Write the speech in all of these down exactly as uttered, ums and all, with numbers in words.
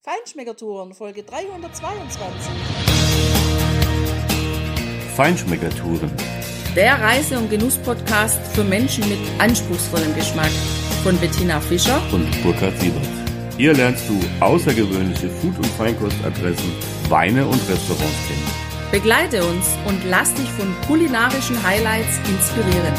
Feinschmeckertouren, Folge dreihundertzweiundzwanzig. Feinschmeckertouren. Der Reise- und Genuss-Podcast für Menschen mit anspruchsvollem Geschmack von Bettina Fischer und Burkhard Siebert. Hier lernst du außergewöhnliche Food- und Feinkostadressen, Weine und Restaurants kennen. Begleite uns und lass dich von kulinarischen Highlights inspirieren.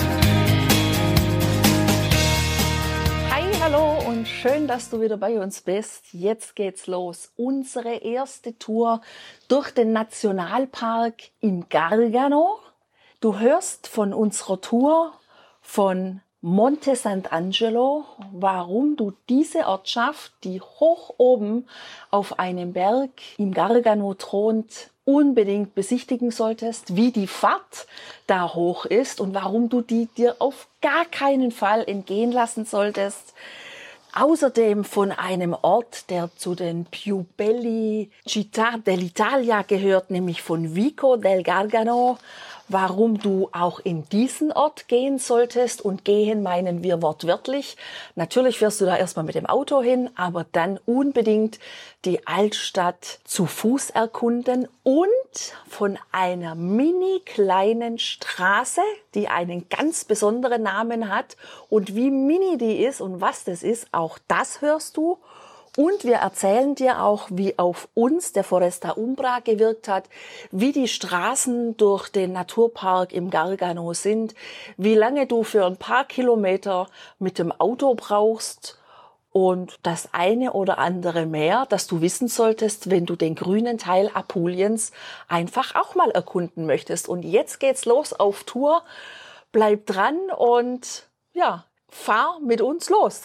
Hallo und schön, dass du wieder bei uns bist. Jetzt geht's los. Unsere erste Tour durch den Nationalpark im Gargano. Du hörst von unserer Tour von Monte Sant'Angelo, warum du diese Ortschaft, die hoch oben auf einem Berg im Gargano thront, unbedingt besichtigen solltest, wie die Fahrt da hoch ist und warum du die dir auf gar keinen Fall entgehen lassen solltest. Außerdem von einem Ort, der zu den più belli città dell'Italia gehört, nämlich von Vico del Gargano, warum du auch in diesen Ort gehen solltest. Und gehen meinen wir wortwörtlich. Natürlich fährst du da erstmal mit dem Auto hin, aber dann unbedingt die Altstadt zu Fuß erkunden und von einer mini kleinen Straße, die einen ganz besonderen Namen hat. Und wie mini die ist und was das ist, auch das hörst du. Und wir erzählen dir auch, wie auf uns der Foresta Umbra gewirkt hat, wie die Straßen durch den Naturpark im Gargano sind, wie lange du für ein paar Kilometer mit dem Auto brauchst und das eine oder andere mehr, das du wissen solltest, wenn du den grünen Teil Apuliens einfach auch mal erkunden möchtest. Und jetzt geht's los auf Tour. Bleib dran und ja, fahr mit uns los.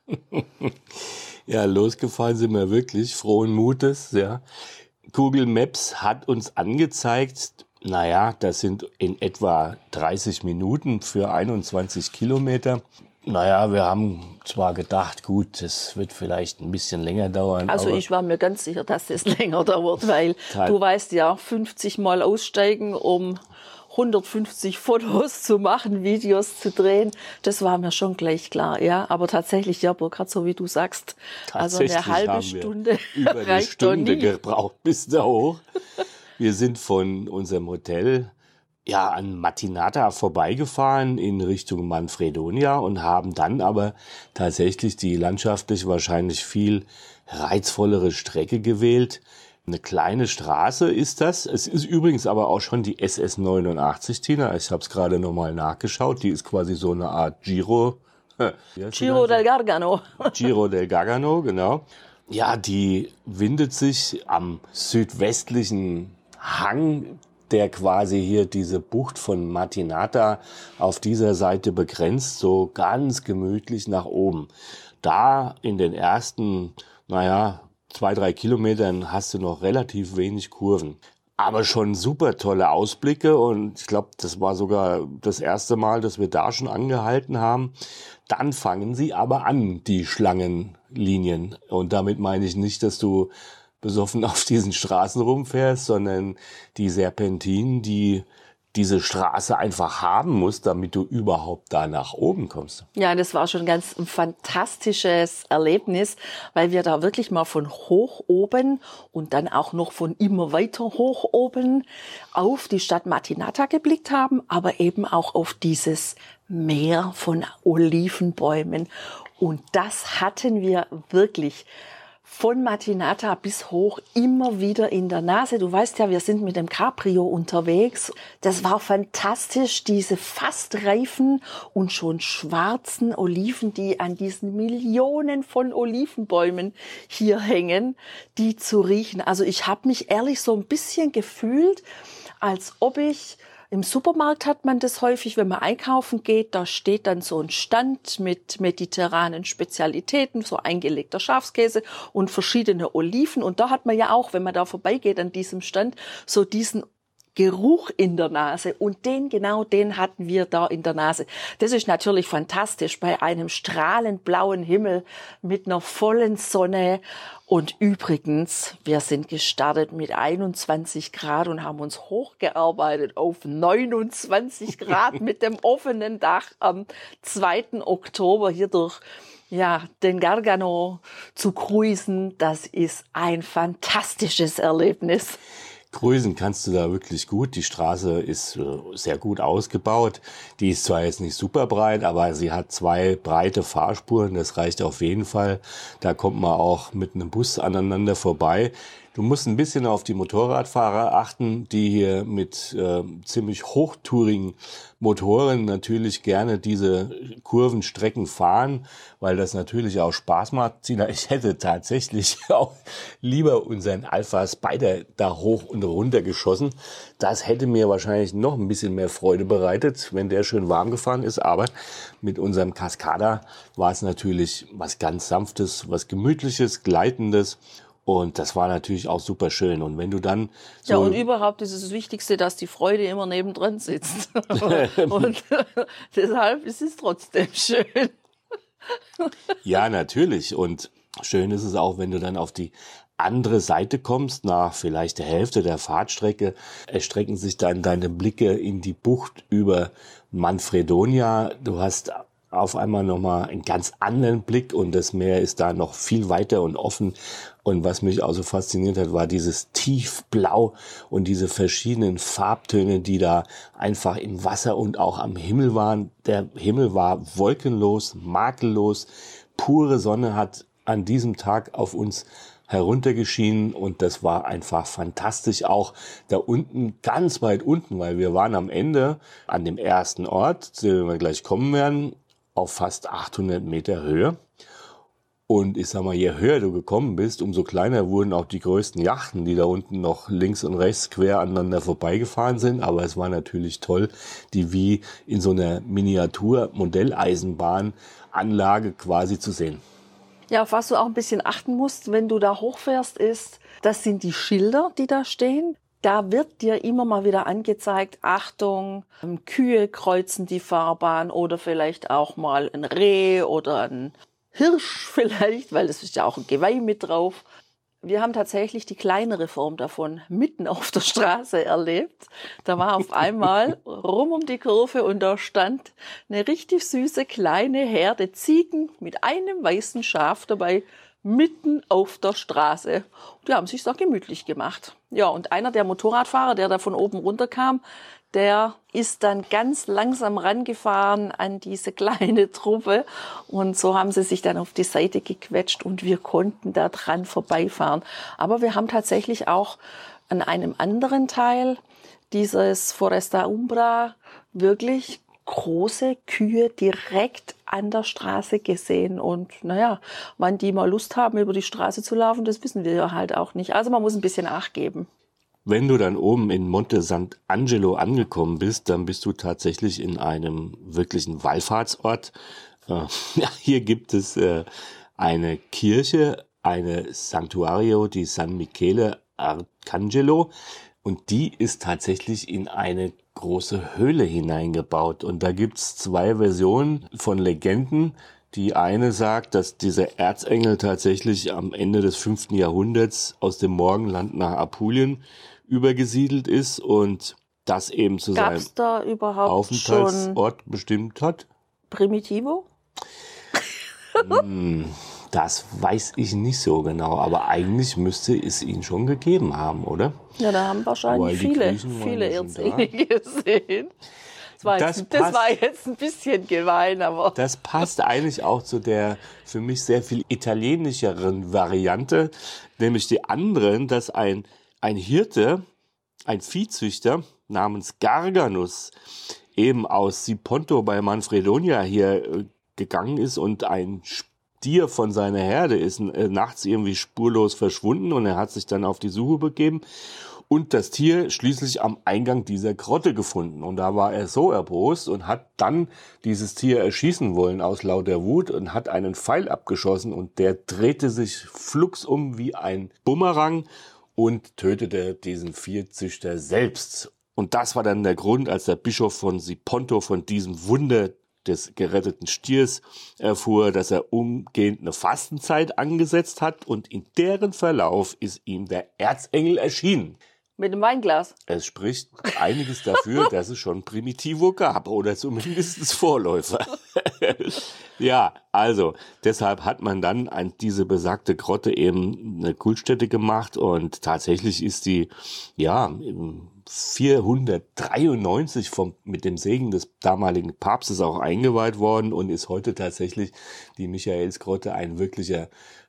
Ja, losgefahren sind wir wirklich, frohen Mutes, ja. Google Maps hat uns angezeigt, naja, das sind in etwa dreißig Minuten für einundzwanzig Kilometer. Naja, wir haben zwar gedacht, gut, das wird vielleicht ein bisschen länger dauern. Also aber ich war mir ganz sicher, dass das länger dauert, weil Teil- du weißt ja, fünfzig Mal aussteigen, um hundertfünfzig Fotos zu machen, Videos zu drehen, das war mir schon gleich klar, ja. Aber tatsächlich, ja, Burkhard, so wie du sagst, also eine Tatsächlich halbe haben wir Stunde über eine reicht doch Stunde nie. gebraucht bis da hoch. Wir sind von unserem Hotel ja an Mattinata vorbeigefahren in Richtung Manfredonia und haben dann aber tatsächlich die landschaftlich wahrscheinlich viel reizvollere Strecke gewählt. Eine kleine Straße ist das. Es ist übrigens aber auch schon die S S neunundachtzig, Tina. Ich habe es gerade nochmal nachgeschaut. Die ist quasi so eine Art Giro. Giro del Gargano. Giro del Gargano, genau. Ja, die windet sich am südwestlichen Hang, der quasi hier diese Bucht von Mattinata auf dieser Seite begrenzt, so ganz gemütlich nach oben. Da in den ersten, naja, zwei, drei Kilometern hast du noch relativ wenig Kurven. Aber schon super tolle Ausblicke und ich glaube, das war sogar das erste Mal, dass wir da schon angehalten haben. Dann fangen sie aber an, die Schlangenlinien. Und damit meine ich nicht, dass du besoffen auf diesen Straßen rumfährst, sondern die Serpentinen, die diese Straße einfach haben muss, damit du überhaupt da nach oben kommst. Ja, das war schon ganz ein fantastisches Erlebnis, weil wir da wirklich mal von hoch oben und dann auch noch von immer weiter hoch oben auf die Stadt Mattinata geblickt haben, aber eben auch auf dieses Meer von Olivenbäumen. Und das hatten wir wirklich von Mattinata bis hoch immer wieder in der Nase. Du weißt ja, wir sind mit dem Cabrio unterwegs. Das war fantastisch, diese fast reifen und schon schwarzen Oliven, die an diesen Millionen von Olivenbäumen hier hängen, die zu riechen. Also ich habe mich ehrlich so ein bisschen gefühlt, als ob ich im Supermarkt hat man das häufig, wenn man einkaufen geht, da steht dann so ein Stand mit mediterranen Spezialitäten, so eingelegter Schafskäse und verschiedene Oliven. Und da hat man ja auch, wenn man da vorbeigeht an diesem Stand, so diesen Geruch in der Nase. Und den, genau den hatten wir da in der Nase. Das ist natürlich fantastisch bei einem strahlend blauen Himmel mit einer vollen Sonne. Und übrigens, wir sind gestartet mit einundzwanzig Grad und haben uns hochgearbeitet auf neunundzwanzig Grad mit dem offenen Dach am zweiten Oktober hier durch Ja, den Gargano zu cruisen, das ist ein fantastisches Erlebnis. Cruisen kannst du da wirklich gut. Die Straße ist äh, sehr gut ausgebaut. Die ist zwar jetzt nicht super breit, aber sie hat zwei breite Fahrspuren. Das reicht auf jeden Fall. Da kommt man auch mit einem Bus aneinander vorbei. Du musst ein bisschen auf die Motorradfahrer achten, die hier mit äh, ziemlich hochtourigen Motoren natürlich gerne diese Kurvenstrecken fahren, weil das natürlich auch Spaß macht. Ich hätte tatsächlich auch lieber unseren Alpha Spider da hoch und runter geschossen. Das hätte mir wahrscheinlich noch ein bisschen mehr Freude bereitet, wenn der schön warm gefahren ist. Aber mit unserem Cascada war es natürlich was ganz Sanftes, was Gemütliches, Gleitendes. Und das war natürlich auch super schön. Und wenn du dann so... Ja, und überhaupt ist es das Wichtigste, dass die Freude immer nebendran sitzt. Und deshalb ist es trotzdem schön. Ja, natürlich. Und schön ist es auch, wenn du dann auf die andere Seite kommst, nach vielleicht der Hälfte der Fahrtstrecke, erstrecken sich dann deine Blicke in die Bucht über Manfredonia. Du hast auf einmal nochmal einen ganz anderen Blick und das Meer ist da noch viel weiter und offen. Und was mich auch so fasziniert hat, war dieses Tiefblau und diese verschiedenen Farbtöne, die da einfach im Wasser und auch am Himmel waren. Der Himmel war wolkenlos, makellos, pure Sonne hat an diesem Tag auf uns heruntergeschienen und das war einfach fantastisch. Auch da unten, ganz weit unten, weil wir waren am Ende an dem ersten Ort, zu dem wir gleich kommen werden, auf fast achthundert Meter Höhe. Und ich sag mal, je höher du gekommen bist, umso kleiner wurden auch die größten Yachten, die da unten noch links und rechts quer aneinander vorbeigefahren sind. Aber es war natürlich toll, die wie in so einer Miniatur-Modelleisenbahnanlage quasi zu sehen. Ja, auf was du auch ein bisschen achten musst, wenn du da hochfährst, ist, das sind die Schilder, die da stehen. Da wird dir immer mal wieder angezeigt, Achtung, Kühe kreuzen die Fahrbahn oder vielleicht auch mal ein Reh oder ein Hirsch vielleicht, weil das ist ja auch ein Geweih mit drauf. Wir haben tatsächlich die kleinere Form davon mitten auf der Straße erlebt. Da war auf einmal rum um die Kurve und da stand eine richtig süße kleine Herde Ziegen mit einem weißen Schaf dabei mitten auf der Straße. Die haben sich da gemütlich gemacht. Ja, und einer der Motorradfahrer, der da von oben runterkam, der ist dann ganz langsam rangefahren an diese kleine Truppe und so haben sie sich dann auf die Seite gequetscht und wir konnten da dran vorbeifahren. Aber wir haben tatsächlich auch an einem anderen Teil dieses Foresta Umbra wirklich große Kühe direkt an der Straße gesehen. Und naja, wann die mal Lust haben, über die Straße zu laufen, das wissen wir ja halt auch nicht. Also man muss ein bisschen Acht geben. Wenn du dann oben in Monte Sant'Angelo angekommen bist, dann bist du tatsächlich in einem wirklichen Wallfahrtsort. Äh, ja, hier gibt es äh, eine Kirche, eine Santuario di San Michele Arcangelo. Und die ist tatsächlich in eine große Höhle hineingebaut. Und da gibt's zwei Versionen von Legenden. Die eine sagt, dass dieser Erzengel tatsächlich am Ende des fünften Jahrhunderts aus dem Morgenland nach Apulien übergesiedelt ist und das eben zu Gab's seinem da überhaupt Aufenthaltsort schon bestimmt hat. Primitivo? Hm, das weiß ich nicht so genau, aber eigentlich müsste es ihn schon gegeben haben, oder? Ja, da haben wahrscheinlich viele, viele Erzengel gesehen. Das war, Das jetzt, das passt. war jetzt ein bisschen gemein, aber... Das passt eigentlich auch zu der für mich sehr viel italienischeren Variante, nämlich die anderen, dass ein, ein Hirte, ein Viehzüchter namens Garganus eben aus Siponto bei Manfredonia hier äh, gegangen ist und ein Stier von seiner Herde ist äh, nachts irgendwie spurlos verschwunden und er hat sich dann auf die Suche begeben und das Tier schließlich am Eingang dieser Grotte gefunden. Und da war er so erbost und hat dann dieses Tier erschießen wollen aus lauter Wut und hat einen Pfeil abgeschossen und der drehte sich flugs um wie ein Bumerang und tötete diesen Viehzüchter selbst. Und das war dann der Grund, als der Bischof von Siponto von diesem Wunder des geretteten Stiers erfuhr, dass er umgehend eine Fastenzeit angesetzt hat und in deren Verlauf ist ihm der Erzengel erschienen. Mit dem Weinglas? Es spricht einiges dafür, dass es schon Primitivo gab oder zumindest Vorläufer. Ja, also deshalb hat man dann an diese besagte Grotte eben eine Kultstätte gemacht und tatsächlich ist die ja vierhundertdreiundneunzig vom, mit dem Segen des damaligen Papstes auch eingeweiht worden und ist heute tatsächlich die Michaelsgrotte ein wirklicher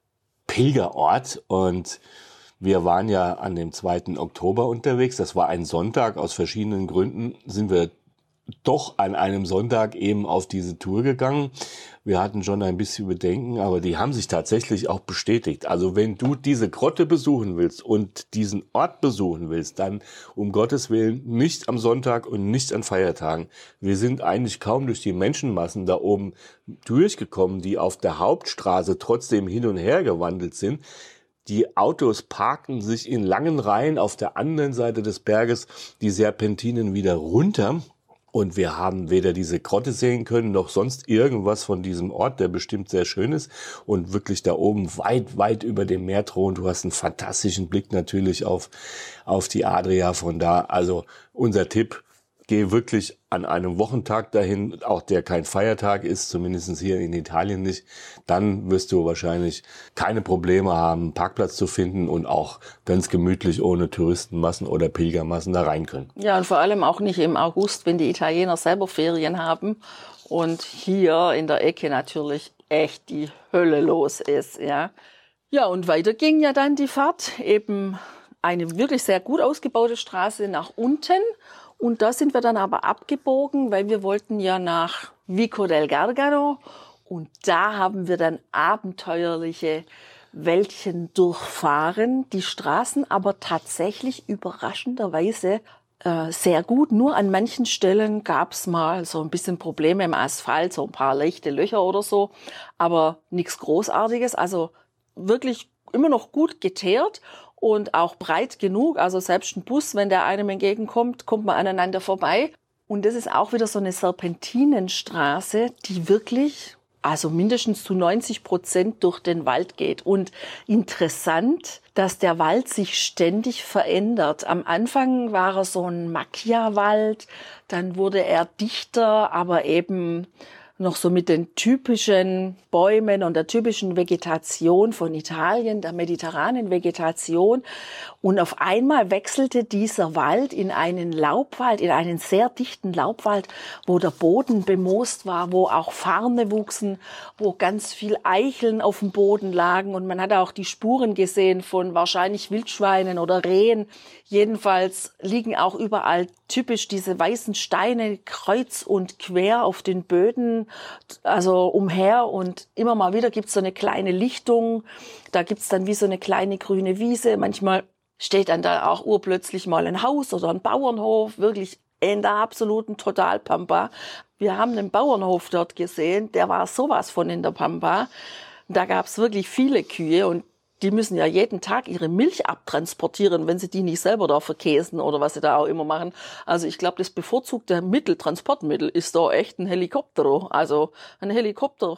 Pilgerort. Und wir waren ja an dem zweiten Oktober unterwegs, das war ein Sonntag, aus verschiedenen Gründen sind wir doch an einem Sonntag eben auf diese Tour gegangen. Wir hatten schon ein bisschen Bedenken, aber die haben sich tatsächlich auch bestätigt. Also wenn du diese Grotte besuchen willst und diesen Ort besuchen willst, dann um Gottes Willen nicht am Sonntag und nicht an Feiertagen. Wir sind eigentlich kaum durch die Menschenmassen da oben durchgekommen, die auf der Hauptstraße trotzdem hin und her gewandelt sind. Die Autos parken sich in langen Reihen auf der anderen Seite des Berges die Serpentinen wieder runter. Und wir haben weder diese Grotte sehen können, noch sonst irgendwas von diesem Ort, der bestimmt sehr schön ist und wirklich da oben weit, weit über dem Meer thront. Du hast einen fantastischen Blick natürlich auf, auf die Adria von da. Also unser Tipp, geh wirklich an einem Wochentag dahin, auch der kein Feiertag ist, zumindest hier in Italien nicht. Dann wirst du wahrscheinlich keine Probleme haben, einen Parkplatz zu finden und auch ganz gemütlich ohne Touristenmassen oder Pilgermassen da rein können. Ja, und vor allem auch nicht im August, wenn die Italiener selber Ferien haben und hier in der Ecke natürlich echt die Hölle los ist. Ja, ja, und weiter ging ja dann die Fahrt, eben eine wirklich sehr gut ausgebaute Straße nach unten. Und da sind wir dann aber abgebogen, weil wir wollten ja nach Vico del Gargano. Und da haben wir dann abenteuerliche Wäldchen durchfahren. Die Straßen aber tatsächlich überraschenderweise äh, sehr gut. Nur an manchen Stellen gab es mal so ein bisschen Probleme im Asphalt, so ein paar leichte Löcher oder so. Aber nichts Großartiges. Also wirklich immer noch gut geteert. Und auch breit genug, also selbst ein Bus, wenn der einem entgegenkommt, kommt man aneinander vorbei. Und das ist auch wieder so eine Serpentinenstraße, die wirklich, also mindestens zu neunzig Prozent durch den Wald geht. Und interessant, dass der Wald sich ständig verändert. Am Anfang war er so ein Macchia-Wald, dann wurde er dichter, aber eben noch so mit den typischen Bäumen und der typischen Vegetation von Italien, der mediterranen Vegetation. Und auf einmal wechselte dieser Wald in einen Laubwald, in einen sehr dichten Laubwald, wo der Boden bemoost war, wo auch Farne wuchsen, wo ganz viel Eicheln auf dem Boden lagen. Und man hat auch die Spuren gesehen von wahrscheinlich Wildschweinen oder Rehen. Jedenfalls liegen auch überall typisch diese weißen Steine kreuz und quer auf den Böden, also umher, und immer mal wieder gibt's so eine kleine Lichtung, da gibt's dann wie so eine kleine grüne Wiese, manchmal steht dann da auch urplötzlich mal ein Haus oder ein Bauernhof, wirklich in der absoluten Totalpampa. Wir haben einen Bauernhof dort gesehen, der war sowas von in der Pampa, da gab's wirklich viele Kühe und die müssen ja jeden Tag ihre Milch abtransportieren, wenn sie die nicht selber da verkäsen oder was sie da auch immer machen. Also ich glaube, das bevorzugte Mittel, Transportmittel ist da echt ein Helikopter. Also ein Helikopter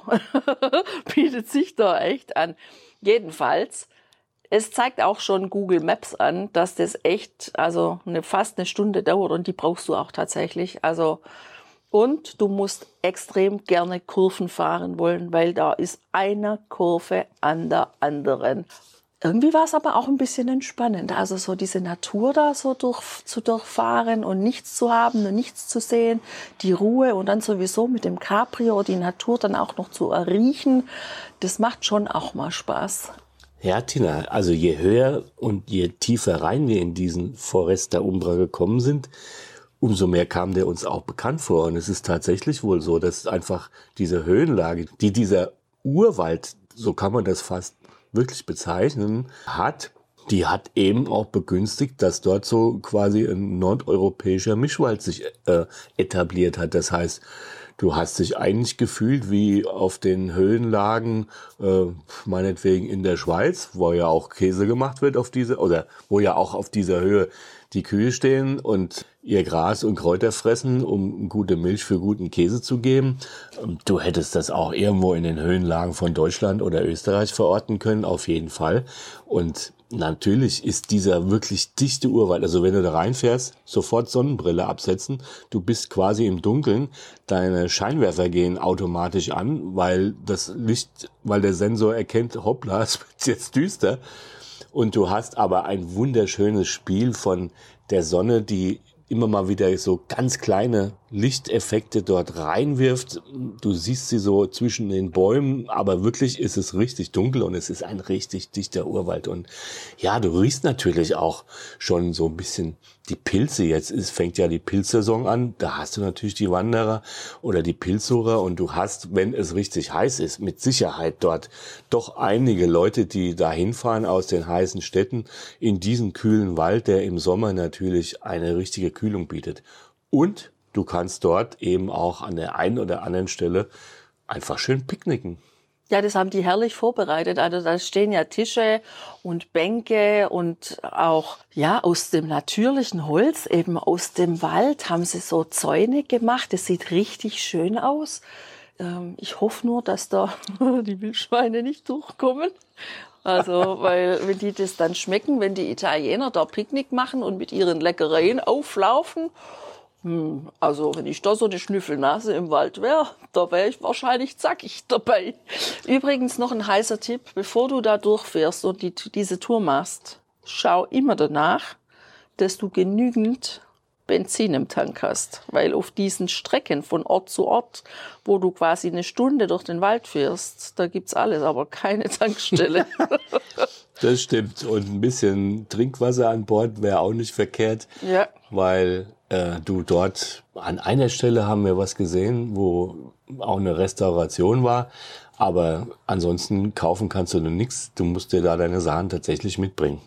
bietet sich da echt an. Jedenfalls, es zeigt auch schon Google Maps an, dass das echt, also eine, fast eine Stunde dauert und die brauchst du auch tatsächlich. Also und du musst extrem gerne Kurven fahren wollen, weil da ist eine Kurve an der anderen. Irgendwie war es aber auch ein bisschen entspannend. Also so diese Natur da so durch, zu durchfahren und nichts zu haben und nichts zu sehen. Die Ruhe und dann sowieso mit dem Cabrio die Natur dann auch noch zu erriechen. Das macht schon auch mal Spaß. Ja, Tina, also je höher und je tiefer rein wir in diesen Forest der Umbra gekommen sind, umso mehr kam der uns auch bekannt vor. Und es ist tatsächlich wohl so, dass einfach diese Höhenlage, die dieser Urwald, so kann man das fast wirklich bezeichnen, hat, die hat eben auch begünstigt, dass dort so quasi ein nordeuropäischer Mischwald sich äh, etabliert hat. Das heißt, du hast dich eigentlich gefühlt wie auf den Höhenlagen, äh, meinetwegen in der Schweiz, wo ja auch Käse gemacht wird auf diese, oder wo ja auch auf dieser Höhe die Kühe stehen und ihr Gras und Kräuter fressen, um gute Milch für guten Käse zu geben. Du hättest das auch irgendwo in den Höhenlagen von Deutschland oder Österreich verorten können, auf jeden Fall. Und natürlich ist dieser wirklich dichte Urwald, also wenn du da reinfährst, sofort Sonnenbrille absetzen, du bist quasi im Dunkeln, deine Scheinwerfer gehen automatisch an, weil das Licht, weil der Sensor erkennt, hoppla, es wird jetzt düster. Und du hast aber ein wunderschönes Spiel von der Sonne, die immer mal wieder so ganz kleine Lichteffekte dort reinwirft. Du siehst sie so zwischen den Bäumen, aber wirklich ist es richtig dunkel und es ist ein richtig dichter Urwald. Und ja, du riechst natürlich auch schon so ein bisschen die Pilze. Jetzt ist, fängt ja die Pilzsaison an. Da hast du natürlich die Wanderer oder die Pilzsucher und du hast, wenn es richtig heiß ist, mit Sicherheit dort doch einige Leute, die da hinfahren aus den heißen Städten in diesen kühlen Wald, der im Sommer natürlich eine richtige Kühlung bietet. Und du kannst dort eben auch an der einen oder anderen Stelle einfach schön picknicken. Ja, das haben die herrlich vorbereitet. Also da stehen ja Tische und Bänke und auch ja aus dem natürlichen Holz, eben aus dem Wald, haben sie so Zäune gemacht. Das sieht richtig schön aus. Ähm, ich hoffe nur, dass da die Wildschweine nicht durchkommen. Also, weil wenn die das dann schmecken, wenn die Italiener da Picknick machen und mit ihren Leckereien auflaufen, also wenn ich da so eine Schnüffelnase im Wald wäre, da wäre ich wahrscheinlich zackig dabei. Übrigens noch ein heißer Tipp, bevor du da durchfährst und die, diese Tour machst, schau immer danach, dass du genügend Benzin im Tank hast. Weil auf diesen Strecken von Ort zu Ort, wo du quasi eine Stunde durch den Wald fährst, da gibt's alles, aber keine Tankstelle. Das stimmt. Und ein bisschen Trinkwasser an Bord wäre auch nicht verkehrt, ja. Weil äh, du dort an einer Stelle haben wir was gesehen, wo auch eine Restauration war. Aber ansonsten kaufen kannst du nur nichts. Du musst dir da deine Sachen tatsächlich mitbringen.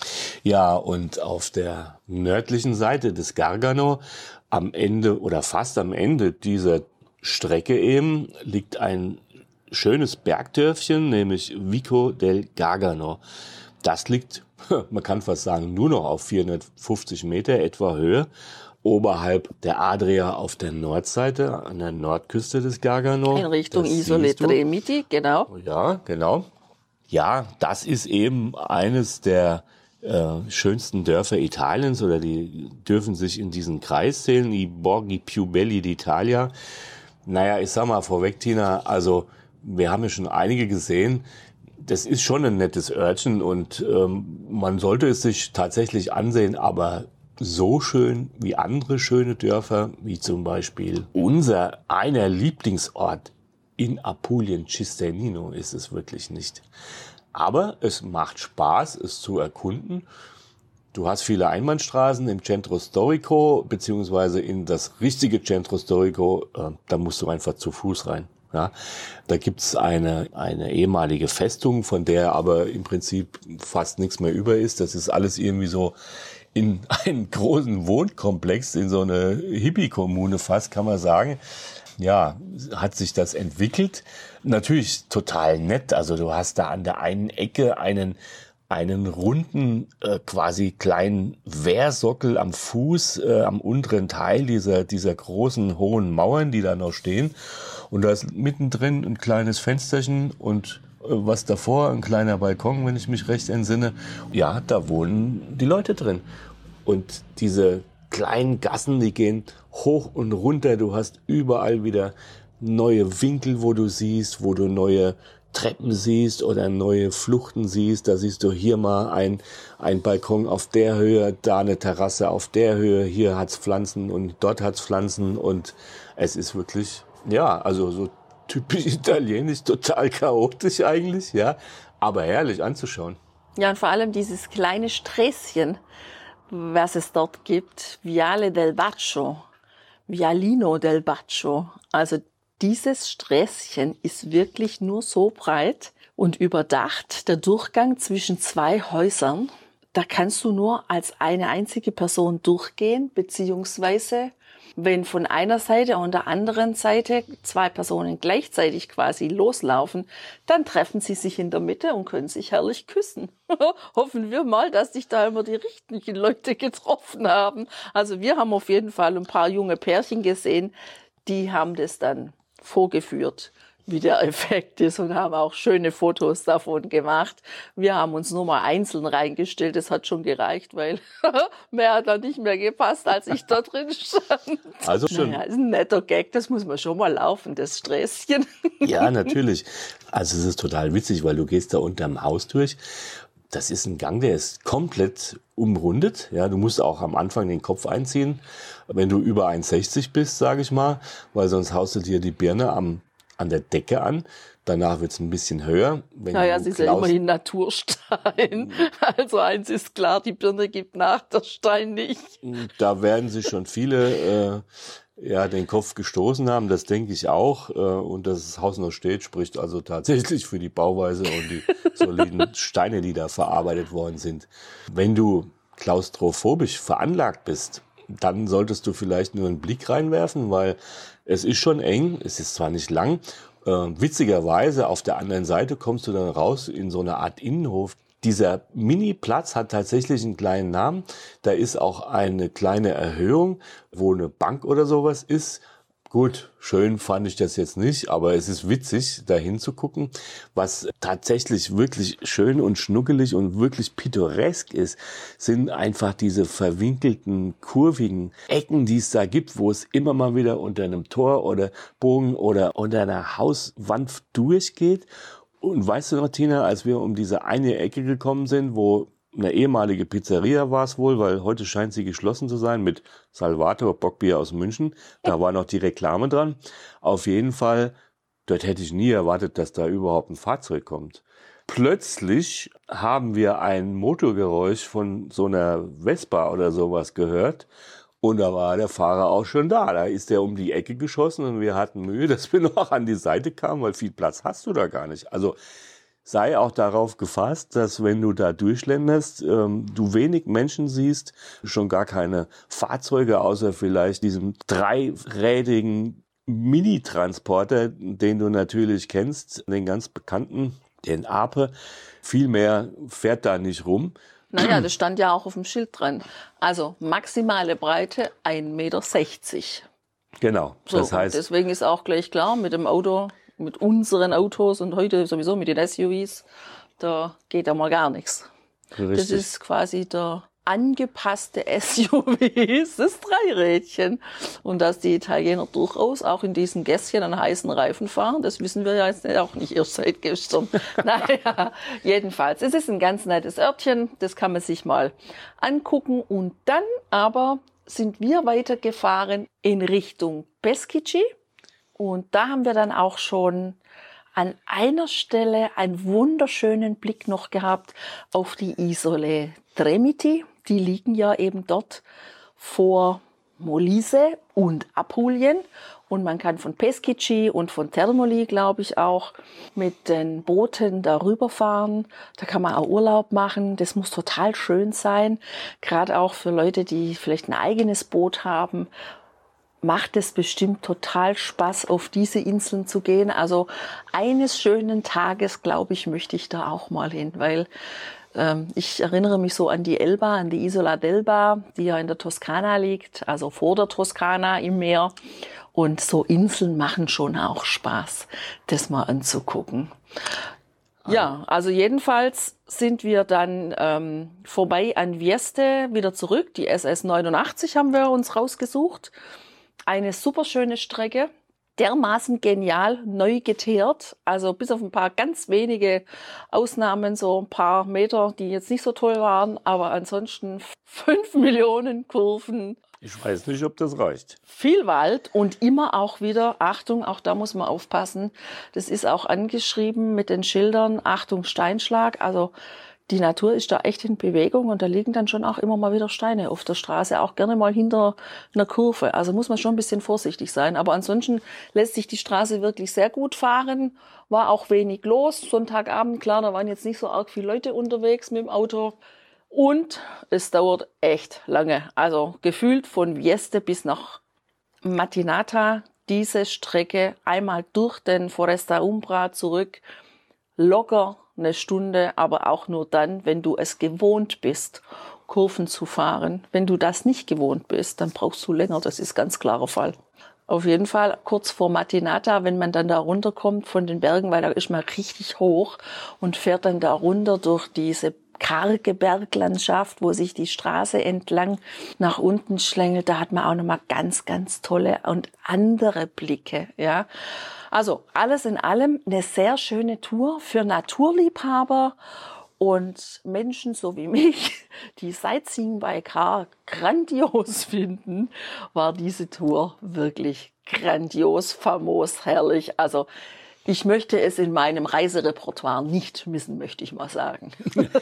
Ja, und auf der nördlichen Seite des Gargano, am Ende oder fast am Ende dieser Strecke eben, liegt ein schönes Bergdörfchen, nämlich Vico del Gargano. Das liegt, man kann fast sagen, nur noch auf vierhundertfünfzig Meter etwa Höhe, oberhalb der Adria auf der Nordseite, an der Nordküste des Gargano. In Richtung Isole Tremiti, genau. Ja, genau. Ja, das ist eben eines der äh, schönsten Dörfer Italiens, oder die dürfen sich in diesen Kreis zählen, i Borghi più belli d'Italia. Naja, ich sag mal vorweg, Tina, also wir haben ja schon einige gesehen. Das ist schon ein nettes Örtchen und ähm, man sollte es sich tatsächlich ansehen, aber so schön wie andere schöne Dörfer, wie zum Beispiel unser einer Lieblingsort in Apulien, Cisternino, ist es wirklich nicht. Aber es macht Spaß, es zu erkunden. Du hast viele Einbahnstraßen im Centro Storico, beziehungsweise in das richtige Centro Storico, äh, da musst du einfach zu Fuß rein. Ja, da gibt's eine eine ehemalige Festung, von der aber im Prinzip fast nichts mehr über ist. Das ist alles irgendwie so in einen großen Wohnkomplex, in so eine Hippie-Kommune fast, kann man sagen. Ja, hat sich das entwickelt. Natürlich total nett. Also du hast da an der einen Ecke einen einen runden, äh, quasi kleinen Wehrsockel am Fuß, äh, am unteren Teil dieser dieser großen hohen Mauern, die da noch stehen. Und da ist mittendrin ein kleines Fensterchen und äh, was davor, ein kleiner Balkon, wenn ich mich recht entsinne. Ja, da wohnen die Leute drin. Und diese kleinen Gassen, die gehen hoch und runter. Du hast überall wieder neue Winkel, wo du siehst, wo du neue Treppen siehst oder neue Fluchten siehst. Da siehst du hier mal ein, ein Balkon auf der Höhe, da eine Terrasse auf der Höhe. Hier hat's Pflanzen und dort hat's Pflanzen. Und es ist wirklich, ja, also so typisch italienisch, total chaotisch eigentlich, ja, aber herrlich anzuschauen. Ja, und vor allem dieses kleine Sträßchen, was es dort gibt, Viale del Baccio, Vialino del Baccio. Also dieses Sträßchen ist wirklich nur so breit und überdacht, der Durchgang zwischen zwei Häusern. Da kannst du nur als eine einzige Person durchgehen, beziehungsweise wenn von einer Seite und der anderen Seite zwei Personen gleichzeitig quasi loslaufen, dann treffen sie sich in der Mitte und können sich herrlich küssen. Hoffen wir mal, dass sich da immer die richtigen Leute getroffen haben. Also wir haben auf jeden Fall ein paar junge Pärchen gesehen, die haben das dann vorgeführt. wie der Effekt ist und haben auch schöne Fotos davon gemacht. Wir haben uns nur mal einzeln reingestellt, das hat schon gereicht, weil mehr hat da nicht mehr gepasst, als ich da drin stand. Also schon. Naja, ist ein netter Gag, das muss man schon mal laufen, das Sträßchen. Ja, natürlich. Also es ist total witzig, weil du gehst da unterm Haus durch. Das ist ein Gang, der ist komplett umrundet. Ja, du musst auch am Anfang den Kopf einziehen, wenn du über eins sechzig bist, sage ich mal, weil sonst haust du dir die Birne am, an der Decke an. Danach wird's ein bisschen höher. Wenn naja, du es ist ja immerhin Naturstein. Also eins ist klar, die Birne gibt nach, der Stein nicht. Da werden sich schon viele äh, ja, den Kopf gestoßen haben, das denke ich auch. Äh, und dass das Haus noch steht, spricht also tatsächlich für die Bauweise und die soliden Steine, die da verarbeitet worden sind. Wenn du klaustrophobisch veranlagt bist, dann solltest du vielleicht nur einen Blick reinwerfen, weil es ist schon eng, es ist zwar nicht lang. Äh, witzigerweise, auf der anderen Seite kommst du dann raus in so eine Art Innenhof. Dieser Mini-Platz hat tatsächlich einen kleinen Namen. Da ist auch eine kleine Erhöhung, wo eine Bank oder sowas ist. Gut, schön fand ich das jetzt nicht, aber es ist witzig, da hinzugucken. Was tatsächlich wirklich schön und schnuckelig und wirklich pittoresk ist, sind einfach diese verwinkelten, kurvigen Ecken, die es da gibt, wo es immer mal wieder unter einem Tor oder Bogen oder unter einer Hauswand durchgeht. Und weißt du noch, Tina, als wir um diese eine Ecke gekommen sind, wo eine ehemalige Pizzeria war es wohl, weil heute scheint sie geschlossen zu sein, mit Salvator Bockbier aus München. Da war noch die Reklame dran. Auf jeden Fall, dort hätte ich nie erwartet, dass da überhaupt ein Fahrzeug kommt. Plötzlich haben wir ein Motorgeräusch von so einer Vespa oder sowas gehört. Und da war der Fahrer auch schon da. Da ist er um die Ecke geschossen und wir hatten Mühe, dass wir noch an die Seite kamen, weil viel Platz hast du da gar nicht. Also sei auch darauf gefasst, dass wenn du da durchschlenderst, ähm, du wenig Menschen siehst, schon gar keine Fahrzeuge, außer vielleicht diesem dreirädigen Mini-Transporter, den du natürlich kennst, den ganz bekannten, den Ape. Viel mehr fährt da nicht rum. Naja, das stand ja auch auf dem Schild dran. Also maximale Breite ein Meter sechzig. Genau, So, das heißt, deswegen ist auch gleich klar, mit dem Auto, mit unseren Autos und heute sowieso mit den S U Vs, da geht ja mal gar nichts. richtig. Das ist quasi der angepasste S U V, das Dreirädchen. Und dass die Italiener durchaus auch in diesen Gässchen an heißen Reifen fahren, das wissen wir ja jetzt auch nicht erst seit gestern. Naja, jedenfalls, es ist ein ganz nettes Örtchen, das kann man sich mal angucken. Und dann aber sind wir weitergefahren in Richtung Peschici. Und da haben wir dann auch schon an einer Stelle einen wunderschönen Blick noch gehabt auf die Isole Tremiti. Die liegen ja eben dort vor Molise und Apulien. Und man kann von Peschici und von Termoli, glaube ich, auch mit den Booten darüber fahren. Da kann man auch Urlaub machen. Das muss total schön sein. Gerade auch für Leute, die vielleicht ein eigenes Boot haben, macht es bestimmt total Spaß, auf diese Inseln zu gehen. Also eines schönen Tages, glaube ich, möchte ich da auch mal hin, weil ähm, ich erinnere mich so an die Elba, an die Isola d'Elba, die ja in der Toskana liegt, also vor der Toskana im Meer. Und so Inseln machen schon auch Spaß, das mal anzugucken. Ja, also jedenfalls sind wir dann ähm, vorbei an Vieste wieder zurück. Die S S neunundachtzig haben wir uns rausgesucht. Eine super schöne Strecke, dermaßen genial, neu geteert, also bis auf ein paar ganz wenige Ausnahmen, so ein paar Meter, die jetzt nicht so toll waren, aber ansonsten fünf Millionen Kurven. Ich weiß nicht, ob das reicht. Viel Wald und immer auch wieder, Achtung, auch da muss man aufpassen, das ist auch angeschrieben mit den Schildern, Achtung Steinschlag, also die Natur ist da echt in Bewegung und da liegen dann schon auch immer mal wieder Steine auf der Straße, auch gerne mal hinter einer Kurve. Also muss man schon ein bisschen vorsichtig sein. Aber ansonsten lässt sich die Straße wirklich sehr gut fahren. War auch wenig los. Sonntagabend, klar, da waren jetzt nicht so arg viele Leute unterwegs mit dem Auto. Und es dauert echt lange. Also gefühlt von Vieste bis nach Mattinata diese Strecke einmal durch den Foresta Umbra zurück. Locker eine Stunde, aber auch nur dann, wenn du es gewohnt bist, Kurven zu fahren. Wenn du das nicht gewohnt bist, dann brauchst du länger. Das ist ganz klarer Fall. Auf jeden Fall kurz vor Matinata, wenn man dann da runterkommt von den Bergen, weil da ist man richtig hoch und fährt dann da runter durch diese karge Berglandschaft, wo sich die Straße entlang nach unten schlängelt. Da hat man auch nochmal ganz, ganz tolle und andere Blicke, ja. Also alles in allem eine sehr schöne Tour für Naturliebhaber und Menschen so wie mich, die Sightseeing by Car grandios finden, war diese Tour wirklich grandios, famos, herrlich. Also ich möchte es in meinem Reiserepertoire nicht missen, möchte ich mal sagen.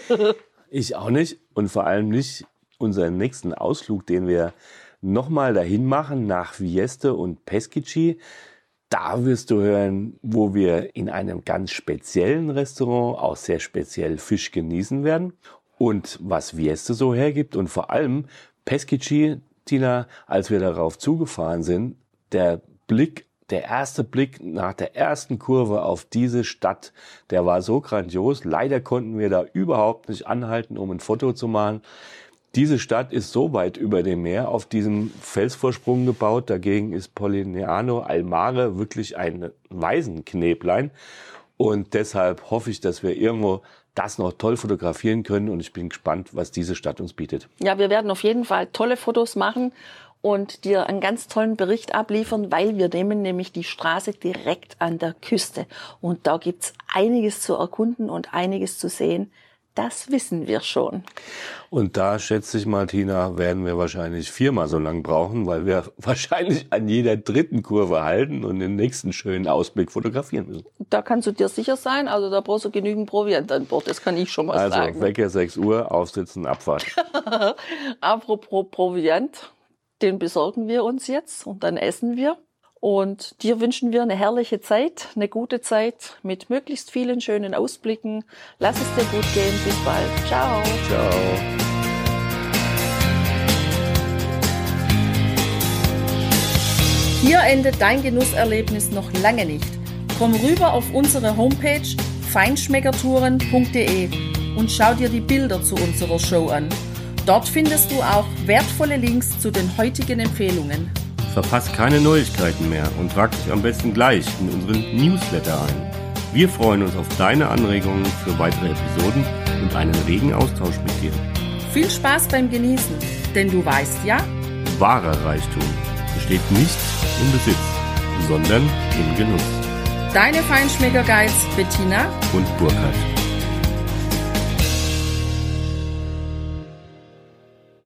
Ich auch nicht und vor allem nicht unseren nächsten Ausflug, den wir nochmal dahin machen nach Vieste und Peschici. Da wirst du hören, wo wir in einem ganz speziellen Restaurant auch sehr speziell Fisch genießen werden und was Vieste so hergibt und vor allem Peschici, Tina, als wir darauf zugefahren sind, der Blick, der erste Blick nach der ersten Kurve auf diese Stadt, der war so grandios. Leider konnten wir da überhaupt nicht anhalten, um ein Foto zu machen. Diese Stadt ist so weit über dem Meer auf diesem Felsvorsprung gebaut. Dagegen ist Polignano al Mare wirklich ein Waisenknäblein. Und deshalb hoffe ich, dass wir irgendwo das noch toll fotografieren können. Und ich bin gespannt, was diese Stadt uns bietet. Ja, wir werden auf jeden Fall tolle Fotos machen und dir einen ganz tollen Bericht abliefern, weil wir nehmen nämlich die Straße direkt an der Küste. Und da gibt's einiges zu erkunden und einiges zu sehen. Das wissen wir schon. Und da, schätze ich mal, Tina, werden wir wahrscheinlich viermal so lang brauchen, weil wir wahrscheinlich an jeder dritten Kurve halten und den nächsten schönen Ausblick fotografieren müssen. Da kannst du dir sicher sein. Also da brauchst du genügend Proviant an Bord. Das kann ich schon mal also, sagen. Also Wecker sechs Uhr, aufsitzen, Abfahrt. Apropos Proviant, den besorgen wir uns jetzt und dann essen wir. Und dir wünschen wir eine herrliche Zeit, eine gute Zeit mit möglichst vielen schönen Ausblicken. Lass es dir gut gehen. Bis bald. Ciao. Ciao. Hier endet dein Genusserlebnis noch lange nicht. Komm rüber auf unsere Homepage feinschmeckertouren punkt de und schau dir die Bilder zu unserer Show an. Dort findest du auch wertvolle Links zu den heutigen Empfehlungen. Verpasst keine Neuigkeiten mehr und trag dich am besten gleich in unseren Newsletter ein. Wir freuen uns auf deine Anregungen für weitere Episoden und einen regen Austausch mit dir. Viel Spaß beim Genießen, denn du weißt ja, wahrer Reichtum besteht nicht im Besitz, sondern im Genuss. Deine Feinschmecker-Guides Bettina und Burkhard.